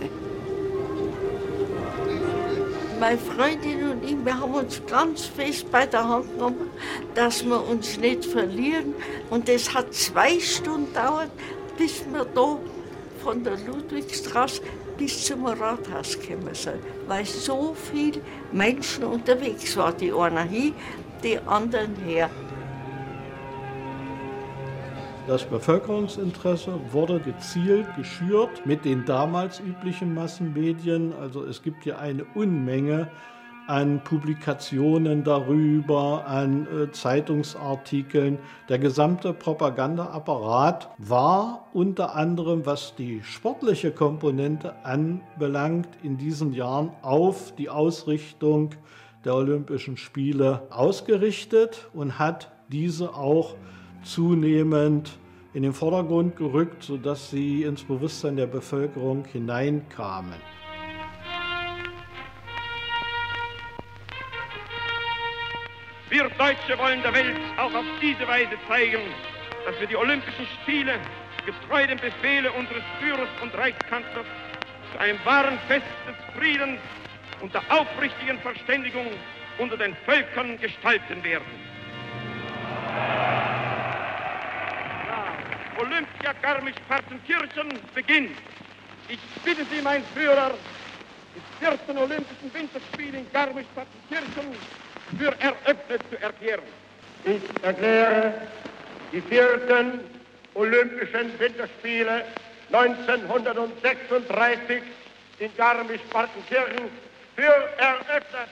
Meine Freundin und ich, wir haben uns ganz fest bei der Hand genommen, dass wir uns nicht verlieren. Und es hat 2 Stunden gedauert, bis wir da von der Ludwigstraße bis zum Rathaus gekommen sind. Weil so viele Menschen unterwegs waren. Die einen hin, die anderen her. Das Bevölkerungsinteresse wurde gezielt geschürt mit den damals üblichen Massenmedien. Also es gibt hier eine Unmenge an Publikationen darüber, an Zeitungsartikeln. Der gesamte Propagandaapparat war unter anderem, was die sportliche Komponente anbelangt, in diesen Jahren auf die Ausrichtung der Olympischen Spiele ausgerichtet und hat diese auch zunehmend in den Vordergrund gerückt, sodass sie ins Bewusstsein der Bevölkerung hineinkamen. Wir Deutsche wollen der Welt auch auf diese Weise zeigen, dass wir die Olympischen Spiele getreu dem Befehle unseres Führers und Reichskanzlers zu einem wahren Fest des Friedens und der aufrichtigen Verständigung unter den Völkern gestalten werden. Olympia Garmisch-Partenkirchen beginnt. Ich bitte Sie, mein Führer, die 4. Olympischen Winterspiele in Garmisch-Partenkirchen für eröffnet zu erklären. Ich erkläre die 4. Olympischen Winterspiele 1936 in Garmisch-Partenkirchen für eröffnet.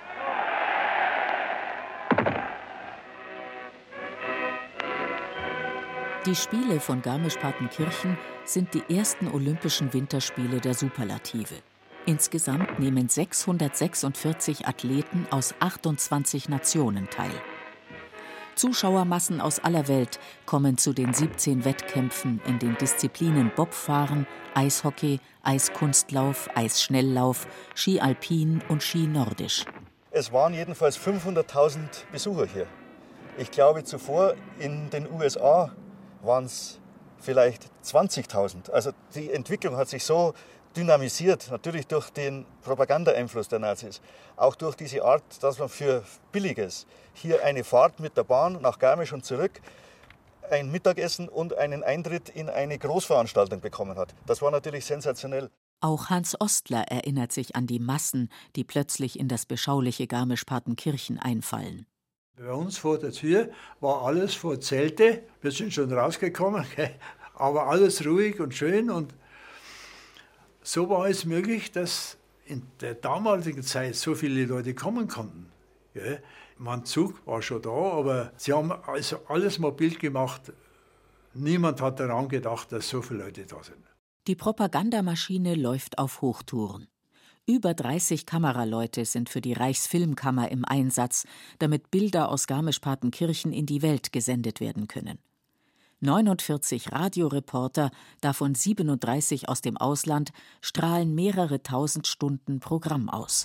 Die Spiele von Garmisch-Partenkirchen sind die ersten Olympischen Winterspiele der Superlative. Insgesamt nehmen 646 Athleten aus 28 Nationen teil. Zuschauermassen aus aller Welt kommen zu den 17 Wettkämpfen in den Disziplinen Bobfahren, Eishockey, Eiskunstlauf, Eisschnelllauf, Ski Alpin und Ski Nordisch. Es waren jedenfalls 500.000 Besucher hier. Ich glaube, zuvor in den USA waren es vielleicht 20.000. Also die Entwicklung hat sich so dynamisiert, natürlich durch den Propagandaeinfluss der Nazis, auch durch diese Art, dass man für Billiges hier eine Fahrt mit der Bahn nach Garmisch und zurück, ein Mittagessen und einen Eintritt in eine Großveranstaltung bekommen hat. Das war natürlich sensationell. Auch Hans Ostler erinnert sich an die Massen, die plötzlich in das beschauliche Garmisch-Partenkirchen einfallen. Bei uns vor der Tür war alles vor Zelte. Wir sind schon rausgekommen, aber alles ruhig und schön. Und so war es möglich, dass in der damaligen Zeit so viele Leute kommen konnten. Mein Zug war schon da, aber sie haben also alles mobil gemacht. Niemand hat daran gedacht, dass so viele Leute da sind. Die Propagandamaschine läuft auf Hochtouren. Über 30 Kameraleute sind für die Reichsfilmkammer im Einsatz, damit Bilder aus Garmisch-Partenkirchen in die Welt gesendet werden können. 49 Radioreporter, davon 37 aus dem Ausland, strahlen mehrere tausend Stunden Programm aus.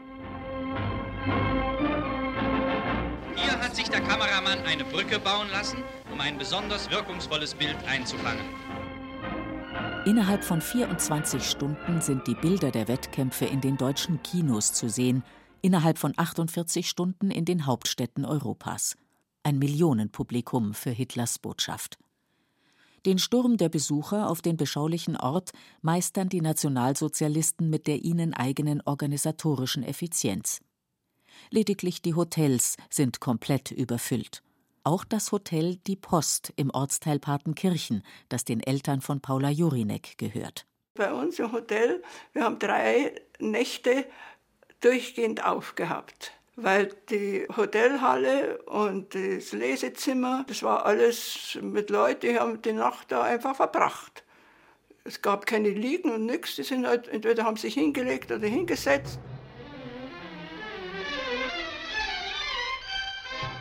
Hier hat sich der Kameramann eine Brücke bauen lassen, um ein besonders wirkungsvolles Bild einzufangen. Innerhalb von 24 Stunden sind die Bilder der Wettkämpfe in den deutschen Kinos zu sehen, innerhalb von 48 Stunden in den Hauptstädten Europas. Ein Millionenpublikum für Hitlers Botschaft. Den Sturm der Besucher auf den beschaulichen Ort meistern die Nationalsozialisten mit der ihnen eigenen organisatorischen Effizienz. Lediglich die Hotels sind komplett überfüllt. Auch das Hotel Die Post im Ortsteil Partenkirchen, das den Eltern von Paula Jurinek gehört. Bei uns im Hotel, wir haben 3 Nächte durchgehend aufgehabt, weil die Hotelhalle und das Lesezimmer, das war alles mit Leuten, die haben die Nacht da einfach verbracht. Es gab keine Liegen und nichts, die sind halt, entweder haben sich hingelegt oder hingesetzt.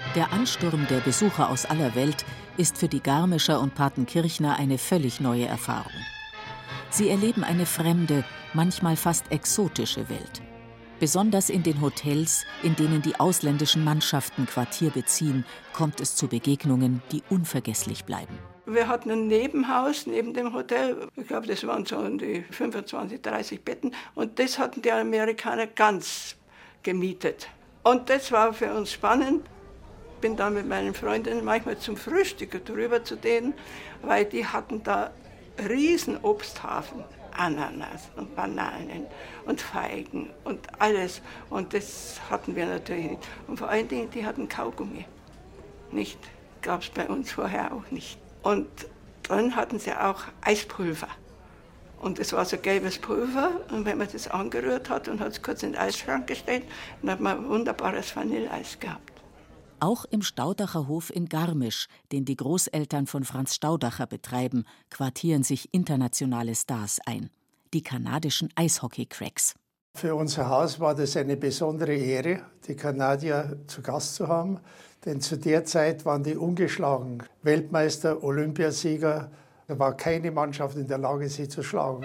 Der Ansturm der Besucher aus aller Welt ist für die Garmischer und Partenkirchner eine völlig neue Erfahrung. Sie erleben eine fremde, manchmal fast exotische Welt. Besonders in den Hotels, in denen die ausländischen Mannschaften Quartier beziehen, kommt es zu Begegnungen, die unvergesslich bleiben. Wir hatten ein Nebenhaus neben dem Hotel. Ich glaube, das waren so die 25, 30 Betten. Und das hatten die Amerikaner ganz gemietet. Und das war für uns spannend. Ich bin dann mit meinen Freundinnen manchmal zum Frühstück drüber zu denen, weil die hatten da riesen Obsthafen. Ananas und Bananen und Feigen und alles. Und das hatten wir natürlich nicht. Und vor allen Dingen, die hatten Kaugummi. Nicht, gab es bei uns vorher auch nicht. Und dann hatten sie auch Eispulver. Und es war so gelbes Pulver. Und wenn man das angerührt hat und hat es kurz in den Eisschrank gestellt, dann hat man ein wunderbares Vanilleeis gehabt. Auch im Staudacher Hof in Garmisch, den die Großeltern von Franz Staudacher betreiben, quartieren sich internationale Stars ein. Die kanadischen Eishockey-Cracks. Für unser Haus war das eine besondere Ehre, die Kanadier zu Gast zu haben. Denn zu der Zeit waren die ungeschlagen. Weltmeister, Olympiasieger. Da war keine Mannschaft in der Lage, sie zu schlagen.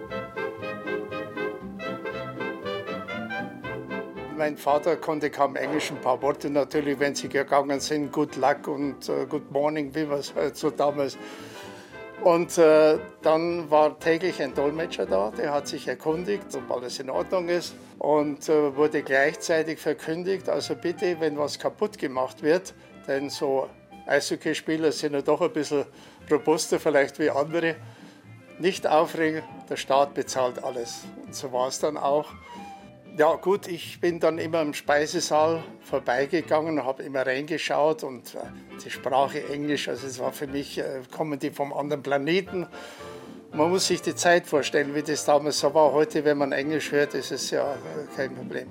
Mein Vater konnte kaum Englisch, ein paar Worte natürlich, wenn sie gegangen sind, good luck und good morning, wie man es halt so damals. Und dann war täglich ein Dolmetscher da, der hat sich erkundigt, ob alles in Ordnung ist und wurde gleichzeitig verkündigt, also bitte, wenn was kaputt gemacht wird, denn so Eishockeyspieler sind ja doch ein bisschen robuster vielleicht wie andere, nicht aufregen, der Staat bezahlt alles. Und so war es dann auch. Ja gut, ich bin dann immer im Speisesaal vorbeigegangen, habe immer reingeschaut und die Sprache Englisch, also es war für mich, kommen die vom anderen Planeten. Man muss sich die Zeit vorstellen, wie das damals so war. Heute, wenn man Englisch hört, ist es ja kein Problem.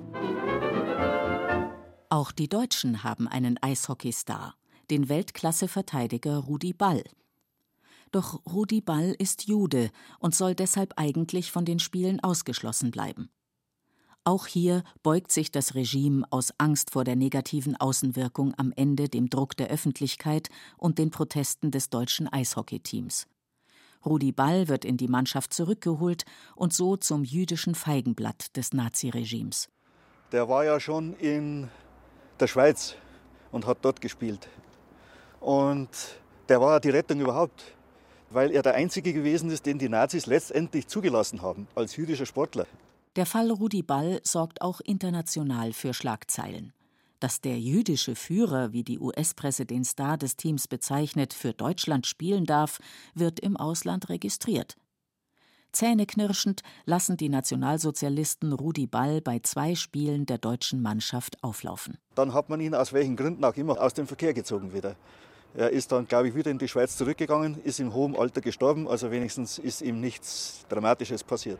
Auch die Deutschen haben einen Eishockeystar, den Weltklasse-Verteidiger Rudi Ball. Doch Rudi Ball ist Jude und soll deshalb eigentlich von den Spielen ausgeschlossen bleiben. Auch hier beugt sich das Regime aus Angst vor der negativen Außenwirkung am Ende dem Druck der Öffentlichkeit und den Protesten des deutschen Eishockeyteams. Rudi Ball wird in die Mannschaft zurückgeholt und so zum jüdischen Feigenblatt des Naziregimes. Der war ja schon in der Schweiz und hat dort gespielt. Und der war die Rettung überhaupt, weil er der Einzige gewesen ist, den die Nazis letztendlich zugelassen haben als jüdischer Sportler. Der Fall Rudi Ball sorgt auch international für Schlagzeilen. Dass der jüdische Führer, wie die US-Präsident-Star des Teams bezeichnet, für Deutschland spielen darf, wird im Ausland registriert. Zähneknirschend lassen die Nationalsozialisten Rudi Ball bei 2 Spielen der deutschen Mannschaft auflaufen. Dann hat man ihn aus welchen Gründen auch immer aus dem Verkehr gezogen wieder. Er ist dann, glaube ich, wieder in die Schweiz zurückgegangen, ist im hohen Alter gestorben, also wenigstens ist ihm nichts Dramatisches passiert.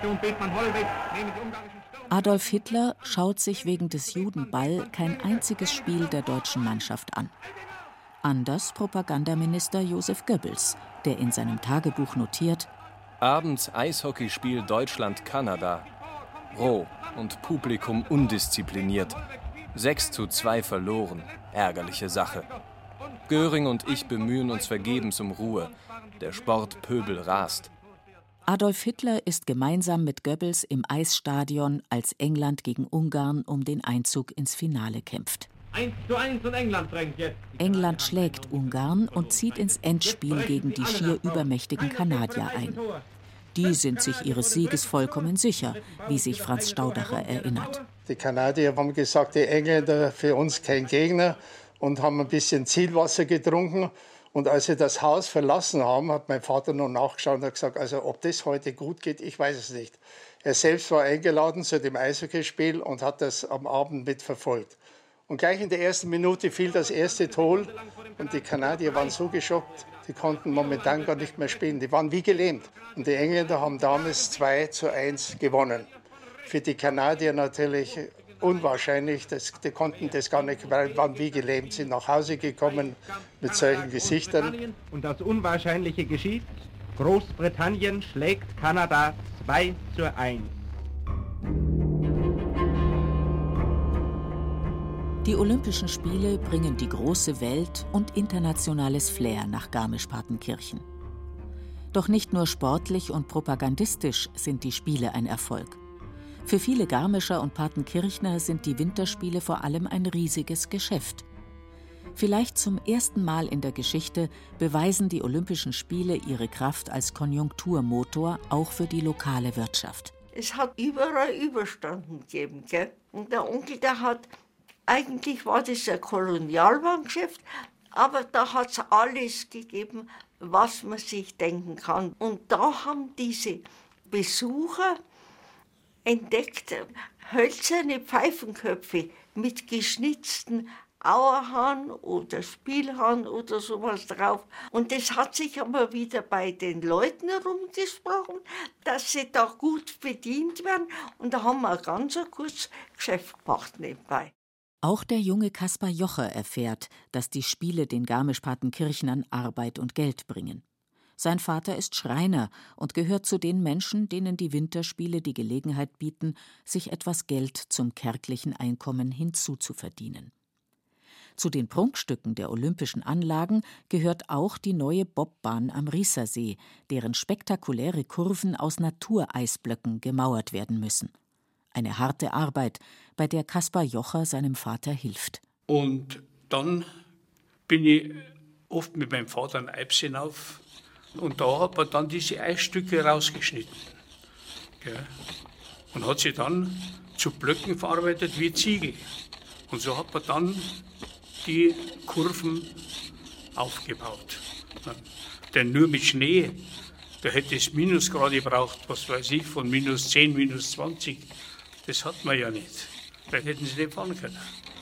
Adolf Hitler schaut sich wegen des Juden Ball kein einziges Spiel der deutschen Mannschaft an. Anders Propagandaminister Josef Goebbels, der in seinem Tagebuch notiert: Abends Eishockeyspiel Deutschland-Kanada. Roh und Publikum undiszipliniert. 6:2 verloren. Ärgerliche Sache. Göring und ich bemühen uns vergebens um Ruhe. Der Sportpöbel rast. Adolf Hitler ist gemeinsam mit Goebbels im Eisstadion, als England gegen Ungarn um den Einzug ins Finale kämpft. 1:1 und England drängt jetzt. England schlägt Ungarn und zieht ins Endspiel gegen die schier übermächtigen Kanadier ein. Die sind sich ihres Sieges vollkommen sicher, wie sich Franz Staudacher erinnert. Die Kanadier haben gesagt, die Engländer für uns kein Gegner und haben ein bisschen Zielwasser getrunken. Und als sie das Haus verlassen haben, hat mein Vater noch nachgeschaut und hat gesagt, also ob das heute gut geht, ich weiß es nicht. Er selbst war eingeladen zu dem Eishockeyspiel und hat das am Abend mitverfolgt. Und gleich in der ersten Minute fiel das erste Tor und die Kanadier waren so geschockt, die konnten momentan gar nicht mehr spielen. Die waren wie gelähmt. Und die Engländer haben damals 2:1 gewonnen. Für die Kanadier natürlich unwahrscheinlich, die konnten das gar nicht, waren wie gelähmt, sind nach Hause gekommen mit solchen Gesichtern. Und das Unwahrscheinliche geschieht, Großbritannien schlägt Kanada 2:1. Die Olympischen Spiele bringen die große Welt und internationales Flair nach Garmisch-Partenkirchen. Doch nicht nur sportlich und propagandistisch sind die Spiele ein Erfolg. Für viele Garmischer und Partenkirchner sind die Winterspiele vor allem ein riesiges Geschäft. Vielleicht zum ersten Mal in der Geschichte beweisen die Olympischen Spiele ihre Kraft als Konjunkturmotor auch für die lokale Wirtschaft. Es hat überall Überstunden gegeben, gell? Und der Onkel, eigentlich war das ein Kolonialwarengeschäft, aber da hat es alles gegeben, was man sich denken kann. Und da haben diese Besucher entdeckt hölzerne Pfeifenköpfe mit geschnitzten Auerhahn oder Spielhahn oder sowas drauf. Und das hat sich aber wieder bei den Leuten herumgesprochen, dass sie da gut bedient werden. Und da haben wir ein ganz kurzes Geschäft gemacht nebenbei. Auch der junge Kaspar Jocher erfährt, dass die Spiele den Garmisch-Partenkirchnern Arbeit und Geld bringen. Sein Vater ist Schreiner und gehört zu den Menschen, denen die Winterspiele die Gelegenheit bieten, sich etwas Geld zum kärglichen Einkommen hinzuzuverdienen. Zu den Prunkstücken der olympischen Anlagen gehört auch die neue Bobbahn am Riesersee, deren spektakuläre Kurven aus Natureisblöcken gemauert werden müssen. Eine harte Arbeit, bei der Kaspar Jocher seinem Vater hilft. Und dann bin ich oft mit meinem Vater ein Eibs hinauf und da hat man dann diese Eisstücke rausgeschnitten. Gell? Und hat sie dann zu Blöcken verarbeitet wie Ziegel. Und so hat man dann die Kurven aufgebaut. Denn nur mit Schnee, da hätte es Minusgrade gebraucht, was weiß ich, von minus 10, minus 20. Das hat man ja nicht. Dann hätten sie nicht fahren können.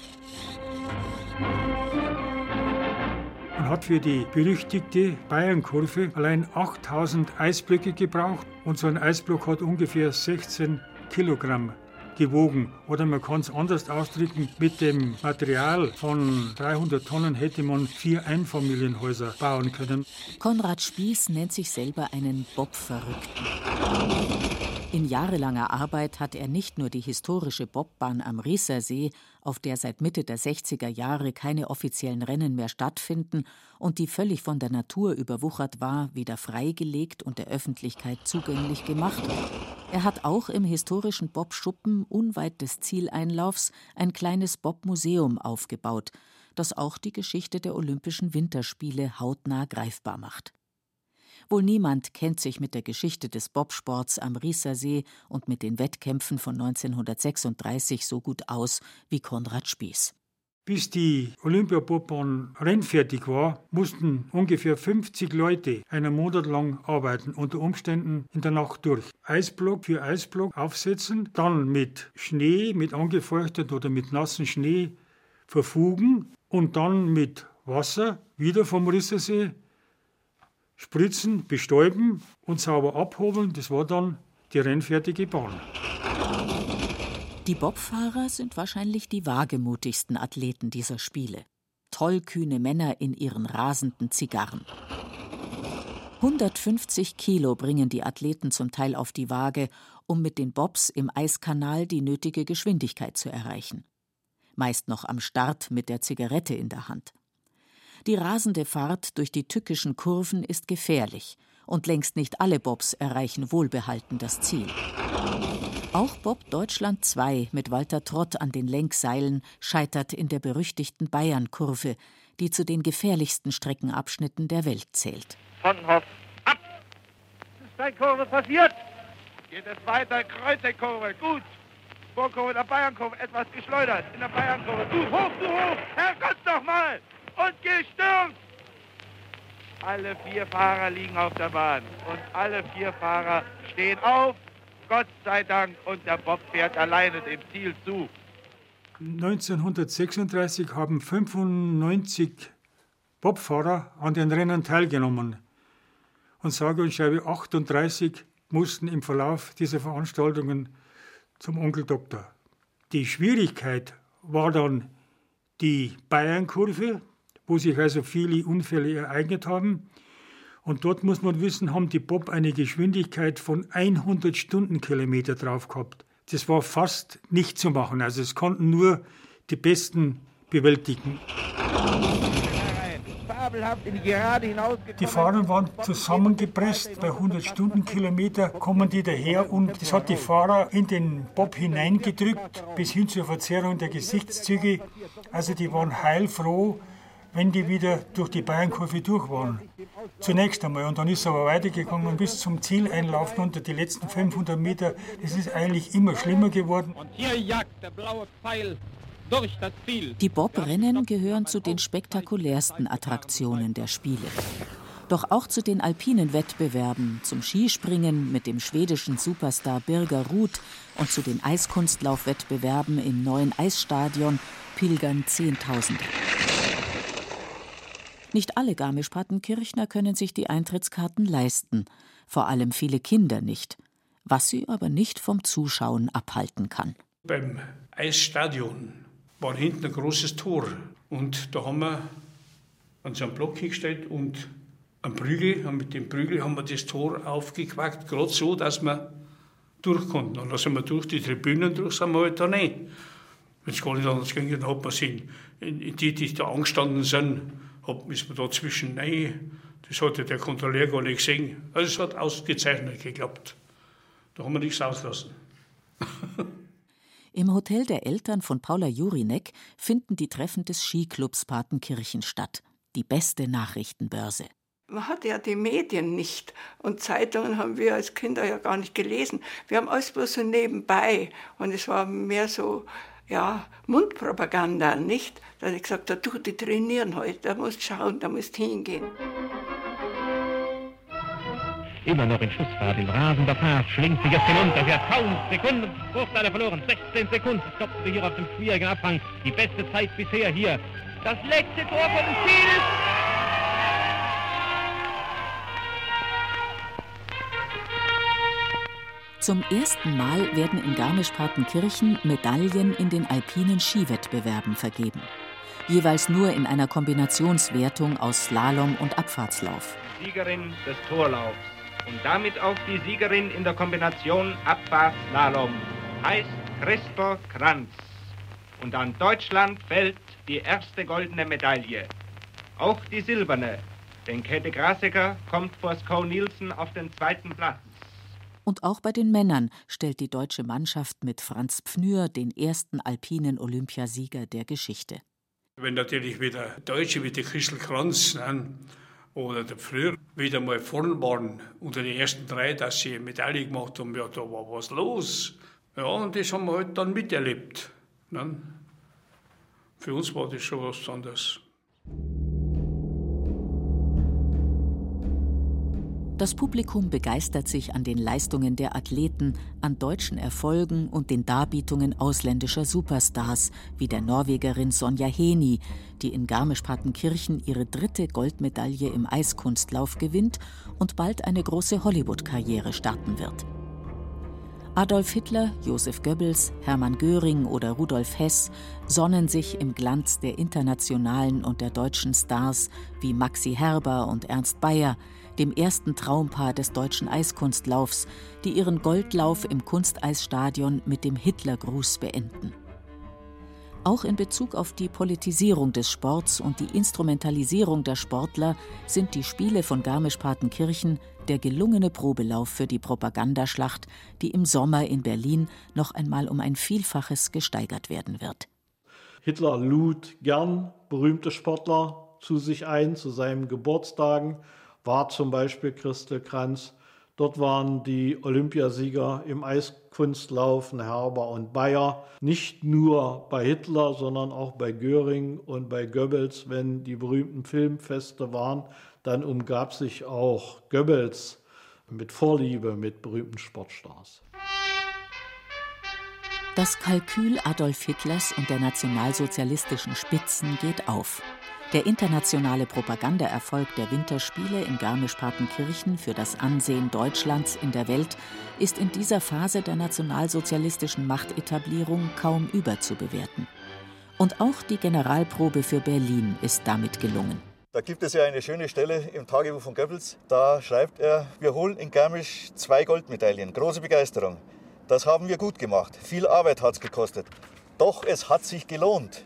Man hat für die berüchtigte Bayernkurve allein 8000 Eisblöcke gebraucht und so ein Eisblock hat ungefähr 16 Kilogramm gewogen. Oder man kann es anders ausdrücken, mit dem Material von 300 Tonnen hätte man 4 Einfamilienhäuser bauen können. Konrad Spieß nennt sich selber einen Bob-Verrückten. In jahrelanger Arbeit hat er nicht nur die historische Bobbahn am Riesersee, auf der seit Mitte der 60er Jahre keine offiziellen Rennen mehr stattfinden und die völlig von der Natur überwuchert war, wieder freigelegt und der Öffentlichkeit zugänglich gemacht. Er hat auch im historischen Bobschuppen unweit des Zieleinlaufs ein kleines Bob-Museum aufgebaut, das auch die Geschichte der Olympischen Winterspiele hautnah greifbar macht. Wohl niemand kennt sich mit der Geschichte des Bobsports am Riesersee und mit den Wettkämpfen von 1936 so gut aus wie Konrad Spieß. Bis die Olympiabobbahn rennfertig war, mussten ungefähr 50 Leute einen Monat lang arbeiten, unter Umständen in der Nacht durch. Eisblock für Eisblock aufsetzen, dann mit Schnee, mit angefeuchtet oder mit nassen Schnee verfugen und dann mit Wasser wieder vom Riesersee spritzen, bestäuben und sauber abhobeln. Das war dann die rennfertige Bahn. Die Bobfahrer sind wahrscheinlich die wagemutigsten Athleten dieser Spiele. Tollkühne Männer in ihren rasenden Zigarren. 150 Kilo bringen die Athleten zum Teil auf die Waage, um mit den Bobs im Eiskanal die nötige Geschwindigkeit zu erreichen. Meist noch am Start mit der Zigarette in der Hand. Die rasende Fahrt durch die tückischen Kurven ist gefährlich und längst nicht alle Bobs erreichen wohlbehalten das Ziel. Auch Bob Deutschland 2 mit Walter Trott an den Lenkseilen scheitert in der berüchtigten Bayern-Kurve, die zu den gefährlichsten Streckenabschnitten der Welt zählt. Pfannenhoff, ab! Was ist bei Kurve passiert? Geht es weiter, Kreuzekurve, gut. Vorkurve der Bayernkurve, etwas geschleudert. In der Bayernkurve, du hoch, Herrgott nochmal! Und gestürmt! Alle 4 Fahrer liegen auf der Bahn und alle 4 Fahrer stehen auf, Gott sei Dank, und der Bob fährt alleine dem Ziel zu. 1936 haben 95 Bobfahrer an den Rennen teilgenommen und sage und schreibe 38 mussten im Verlauf dieser Veranstaltungen zum Onkel Doktor. Die Schwierigkeit war dann die Bayernkurve, wo sich also viele Unfälle ereignet haben. Und dort muss man wissen, haben die Bob eine Geschwindigkeit von 100 Stundenkilometer drauf gehabt. Das war fast nicht zu machen. Also es konnten nur die besten bewältigen. Die Fahrer waren zusammengepresst. Bei 100 Stundenkilometer kommen die daher und das hat die Fahrer in den Bob hineingedrückt, bis hin zur Verzerrung der Gesichtszüge. Also die waren heilfroh, wenn die wieder durch die Bayernkurve durch waren. Zunächst einmal. Und dann ist es aber weitergegangen bis zum Zieleinlauf unter die letzten 500 Meter. Das ist eigentlich immer schlimmer geworden. Und hier jagt der blaue Pfeil durch das Ziel. Die Bobrennen gehören zu den spektakulärsten Attraktionen der Spiele. Doch auch zu den alpinen Wettbewerben, zum Skispringen mit dem schwedischen Superstar Birger Ruth und zu den Eiskunstlaufwettbewerben im neuen Eisstadion pilgern Zehntausende. Nicht alle Garmisch-Partenkirchner können sich die Eintrittskarten leisten, vor allem viele Kinder nicht, was sie aber nicht vom Zuschauen abhalten kann. Beim Eisstadion war hinten ein großes Tor und da haben wir an so einen Block hingestellt und einen Prügel, und mit dem Prügel haben wir das Tor aufgequackt, gerade so, dass wir durch konnten. Und dann sind wir durch die Tribünen durch, sind wir halt da rein. Wenn es gar nicht anders ging, dann hat man sie, die da angestanden sind, ist man da zwischen rein. Das hatte der Kontrolleur gar nicht gesehen. Also es hat ausgezeichnet geklappt. Da haben wir nichts auslassen. Im Hotel der Eltern von Paula Jurinek finden die Treffen des Skiclubs Partenkirchen statt. Die beste Nachrichtenbörse. Man hatte ja die Medien nicht und Zeitungen haben wir als Kinder ja gar nicht gelesen. Wir haben alles bloß so nebenbei und es war mehr so, ja, Mundpropaganda, nicht? Dass ich gesagt habe, du, die trainieren heute, da musst schauen, da musst hingehen. Immer noch in Schussfahrt, in rasender Fahrt, schlingt sich jetzt hinunter, fährt kaum Sekunden, Wurfleiter verloren, 16 Sekunden, stoppte hier auf dem schwierigen Abhang, die beste Zeit bisher hier. Das letzte Tor vom Ziel! Zum ersten Mal werden in Garmisch-Partenkirchen Medaillen in den alpinen Skiwettbewerben vergeben. Jeweils nur in einer Kombinationswertung aus Slalom und Abfahrtslauf. Siegerin des Torlaufs und damit auch die Siegerin in der Kombination Abfahrt-Slalom heißt Christoph Kranz. Und an Deutschland fällt die erste goldene Medaille. Auch die silberne, denn Käthe Grasecker kommt vor Sko Nielsen auf den zweiten Platz. Und auch bei den Männern stellt die deutsche Mannschaft mit Franz Pfnür den ersten alpinen Olympiasieger der Geschichte. Wenn natürlich wieder Deutsche wie der Christel Kranz oder der Pfnür wieder mal vorn waren, unter den ersten drei, dass sie eine Medaille gemacht haben, ja, da war was los. Ja, und das haben wir halt dann miterlebt. Ne? Für uns war das schon was Besonderes. Das Publikum begeistert sich an den Leistungen der Athleten, an deutschen Erfolgen und den Darbietungen ausländischer Superstars, wie der Norwegerin Sonja Henie, die in Garmisch-Partenkirchen ihre 3. Goldmedaille im Eiskunstlauf gewinnt und bald eine große Hollywood-Karriere starten wird. Adolf Hitler, Josef Goebbels, Hermann Göring oder Rudolf Hess sonnen sich im Glanz der internationalen und der deutschen Stars wie Maxi Herber und Ernst Beyer, dem ersten Traumpaar des deutschen Eiskunstlaufs, die ihren Goldlauf im Kunsteisstadion mit dem Hitlergruß beenden. Auch in Bezug auf die Politisierung des Sports und die Instrumentalisierung der Sportler sind die Spiele von Garmisch-Partenkirchen der gelungene Probelauf für die Propagandaschlacht, die im Sommer in Berlin noch einmal um ein Vielfaches gesteigert werden wird. Hitler lud gern berühmte Sportler zu sich ein, zu seinen Geburtstagen, war zum Beispiel Christel Kranz. Dort waren die Olympiasieger im Eiskunstlauf, Herber und Beyer, nicht nur bei Hitler, sondern auch bei Göring und bei Goebbels. Wenn die berühmten Filmfeste waren, dann umgab sich auch Goebbels mit Vorliebe mit berühmten Sportstars. Das Kalkül Adolf Hitlers und der nationalsozialistischen Spitzen geht auf. Der internationale Propagandaerfolg der Winterspiele in Garmisch-Partenkirchen für das Ansehen Deutschlands in der Welt ist in dieser Phase der nationalsozialistischen Machtetablierung kaum überzubewerten. Und auch die Generalprobe für Berlin ist damit gelungen. Da gibt es ja eine schöne Stelle im Tagebuch von Goebbels. Da schreibt er, wir holen in Garmisch 2 Goldmedaillen. Große Begeisterung. Das haben wir gut gemacht. Viel Arbeit hat es gekostet. Doch es hat sich gelohnt.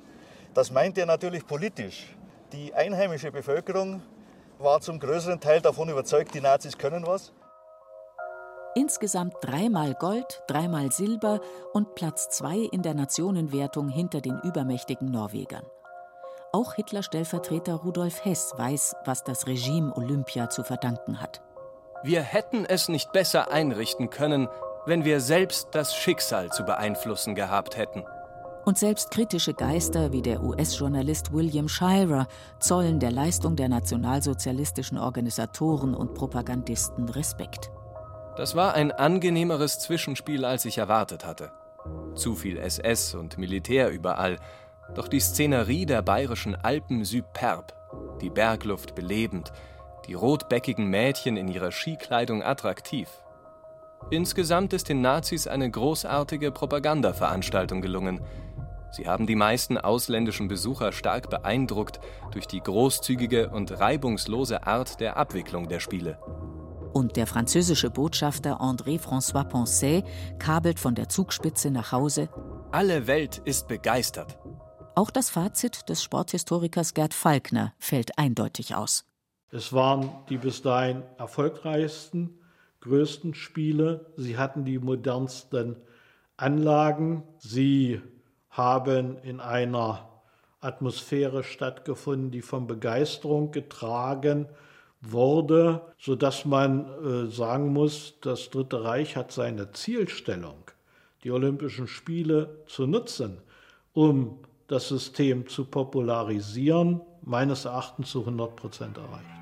Das meint er natürlich politisch. Die einheimische Bevölkerung war zum größeren Teil davon überzeugt, die Nazis können was. Insgesamt 3-mal Gold, 3-mal Silber und Platz 2 in der Nationenwertung hinter den übermächtigen Norwegern. Auch Hitler-Stellvertreter Rudolf Hess weiß, was das Regime Olympia zu verdanken hat. Wir hätten es nicht besser einrichten können, wenn wir selbst das Schicksal zu beeinflussen gehabt hätten. Und selbst kritische Geister wie der US-Journalist William Shirer zollen der Leistung der nationalsozialistischen Organisatoren und Propagandisten Respekt. Das war ein angenehmeres Zwischenspiel, als ich erwartet hatte. Zu viel SS und Militär überall, doch die Szenerie der bayerischen Alpen superb, die Bergluft belebend, die rotbäckigen Mädchen in ihrer Skikleidung attraktiv. Insgesamt ist den Nazis eine großartige Propagandaveranstaltung gelungen. Sie haben die meisten ausländischen Besucher stark beeindruckt durch die großzügige und reibungslose Art der Abwicklung der Spiele. Und der französische Botschafter André-François Poncet kabelt von der Zugspitze nach Hause: Alle Welt ist begeistert. Auch das Fazit des Sporthistorikers Gerd Falkner fällt eindeutig aus. Es waren die bis dahin erfolgreichsten, größten Spiele. Sie hatten die modernsten Anlagen. Sie haben in einer Atmosphäre stattgefunden, die von Begeisterung getragen wurde, sodass man sagen muss, das Dritte Reich hat seine Zielstellung, die Olympischen Spiele zu nutzen, um das System zu popularisieren, meines Erachtens zu 100% erreicht.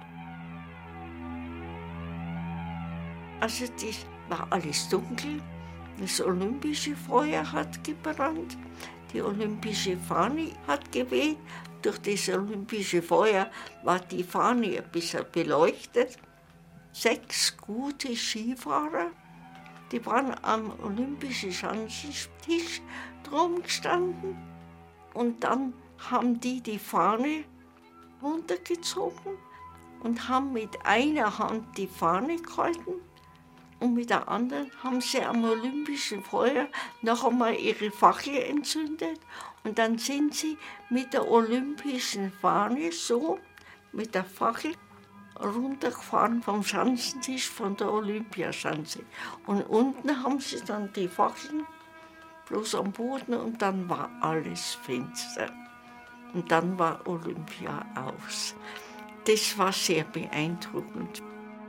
Also das war alles dunkel, das olympische Feuer hat gebrannt, die olympische Fahne hat geweht. Durch das olympische Feuer war die Fahne ein bisschen beleuchtet. 6 gute Skifahrer, die waren am olympischen Schanzentisch drum gestanden. Und dann haben die Fahne runtergezogen und haben mit einer Hand die Fahne gehalten. Und mit der anderen haben sie am olympischen Feuer noch einmal ihre Fackel entzündet. Und dann sind sie mit der olympischen Fahne so, mit der Fackel, runtergefahren vom Schanzentisch von der Olympiaschanze. Und unten haben sie dann die Fackeln bloß am Boden und dann war alles finster. Und dann war Olympia aus. Das war sehr beeindruckend.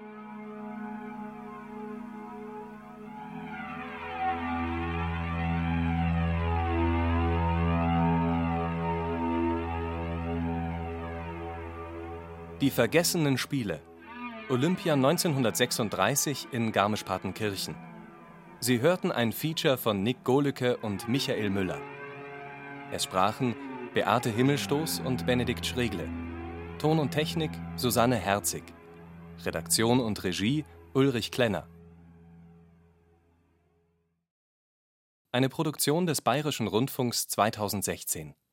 Die vergessenen Spiele. Olympia 1936 in Garmisch-Partenkirchen. Sie hörten ein Feature von Nick Gohlecke und Michael Müller. Es sprachen Beate Himmelstoß und Benedikt Schregle. Ton und Technik Susanne Herzig. Redaktion und Regie Ulrich Klenner. Eine Produktion des Bayerischen Rundfunks 2016.